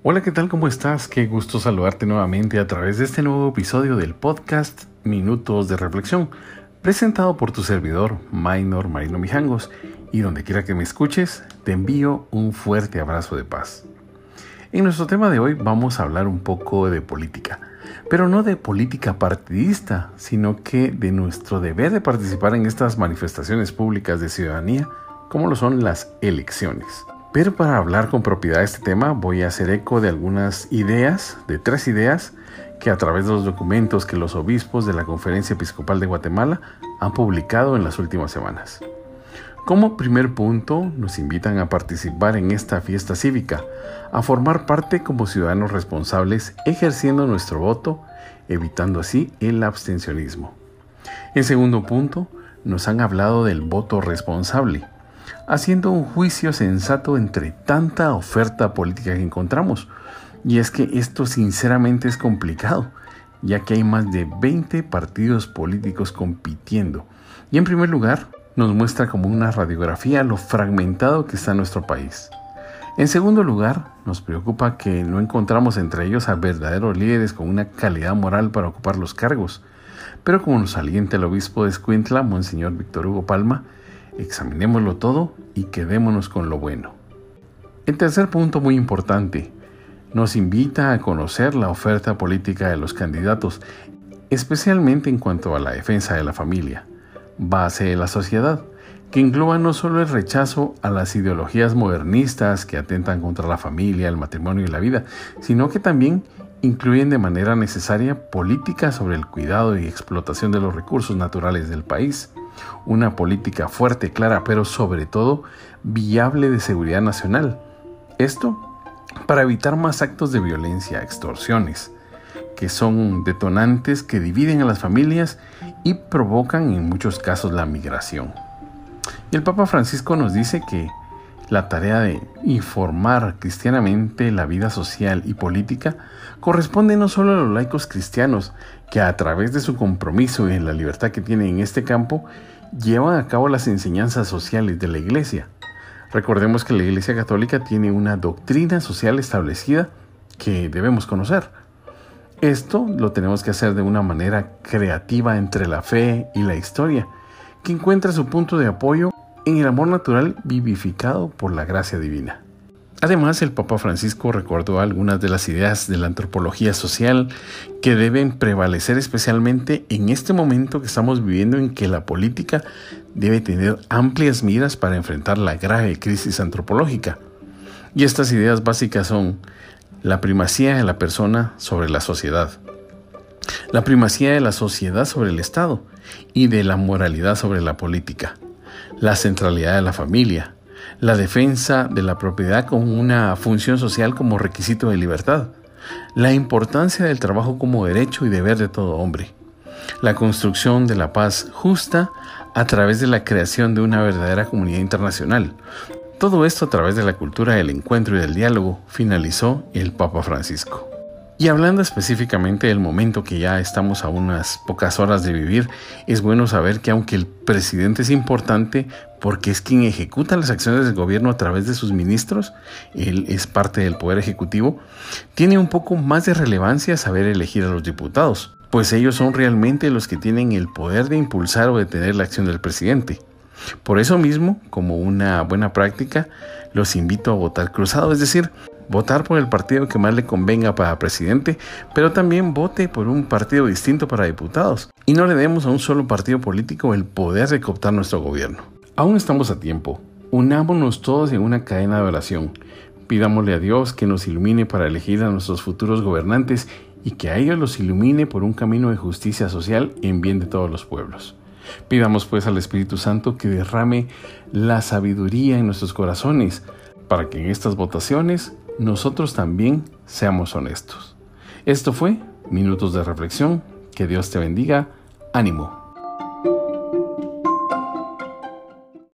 Hola, ¿qué tal? ¿Cómo estás? Qué gusto saludarte nuevamente a través de este nuevo episodio del podcast Minutos de Reflexión, presentado por tu servidor, Maynor Marino Mijangos, y donde quiera que me escuches, te envío un fuerte abrazo de paz. En nuestro tema de hoy vamos a hablar un poco de política, pero no de política partidista, sino que de nuestro deber de participar en estas manifestaciones públicas de ciudadanía, como lo son las elecciones. Pero para hablar con propiedad de este tema voy a hacer eco de algunas ideas, de 3 ideas, que a través de los documentos que los obispos de la Conferencia Episcopal de Guatemala han publicado en las últimas semanas. Como primer punto, nos invitan a participar en esta fiesta cívica, a formar parte como ciudadanos responsables, ejerciendo nuestro voto, evitando así el abstencionismo. En segundo punto, nos han hablado del voto responsable, haciendo un juicio sensato entre tanta oferta política que encontramos. Y es que esto sinceramente es complicado, ya que hay más de 20 partidos políticos compitiendo. Y en primer lugar, nos muestra como una radiografía lo fragmentado que está nuestro país. En segundo lugar, nos preocupa que no encontramos entre ellos a verdaderos líderes con una calidad moral para ocupar los cargos. Pero como nos alienta el obispo de Escuintla, Monseñor Víctor Hugo Palma, examinémoslo todo y quedémonos con lo bueno. El tercer punto, muy importante, nos invita a conocer la oferta política de los candidatos, especialmente en cuanto a la defensa de la familia, base de la sociedad, que engloba no solo el rechazo a las ideologías modernistas que atentan contra la familia, el matrimonio y la vida, sino que también incluyen de manera necesaria políticas sobre el cuidado y explotación de los recursos naturales del país, una política fuerte, clara, pero sobre todo viable de seguridad nacional. Esto para evitar más actos de violencia, extorsiones, que son detonantes que dividen a las familias y provocan en muchos casos la migración. Y el Papa Francisco nos dice que la tarea de informar cristianamente la vida social y política corresponde no solo a los laicos cristianos, que a través de su compromiso y en la libertad que tienen en este campo, llevan a cabo las enseñanzas sociales de la Iglesia. Recordemos que la Iglesia Católica tiene una doctrina social establecida que debemos conocer. Esto lo tenemos que hacer de una manera creativa entre la fe y la historia, que encuentra su punto de apoyo en el amor natural vivificado por la gracia divina. Además, el Papa Francisco recordó algunas de las ideas de la antropología social que deben prevalecer especialmente en este momento que estamos viviendo, en que la política debe tener amplias miras para enfrentar la grave crisis antropológica. Y estas ideas básicas son la primacía de la persona sobre la sociedad, la primacía de la sociedad sobre el Estado y de la moralidad sobre la política, la centralidad de la familia, la defensa de la propiedad como una función social como requisito de libertad, la importancia del trabajo como derecho y deber de todo hombre, la construcción de la paz justa a través de la creación de una verdadera comunidad internacional. Todo esto a través de la cultura del encuentro y del diálogo, finalizó el Papa Francisco. Y hablando específicamente del momento que ya estamos a unas pocas horas de vivir, es bueno saber que aunque el presidente es importante porque es quien ejecuta las acciones del gobierno a través de sus ministros, él es parte del poder ejecutivo, tiene un poco más de relevancia saber elegir a los diputados, pues ellos son realmente los que tienen el poder de impulsar o detener la acción del presidente. Por eso mismo, como una buena práctica, los invito a votar cruzado, es decir, votar por el partido que más le convenga para presidente, pero también vote por un partido distinto para diputados. Y no le demos a un solo partido político el poder de cooptar nuestro gobierno. Aún estamos a tiempo. Unámonos todos en una cadena de oración. Pidámosle a Dios que nos ilumine para elegir a nuestros futuros gobernantes y que a ellos los ilumine por un camino de justicia social en bien de todos los pueblos. Pidamos pues al Espíritu Santo que derrame la sabiduría en nuestros corazones para que en estas votaciones nosotros también seamos honestos. Esto fue Minutos de Reflexión. Que Dios te bendiga. Ánimo.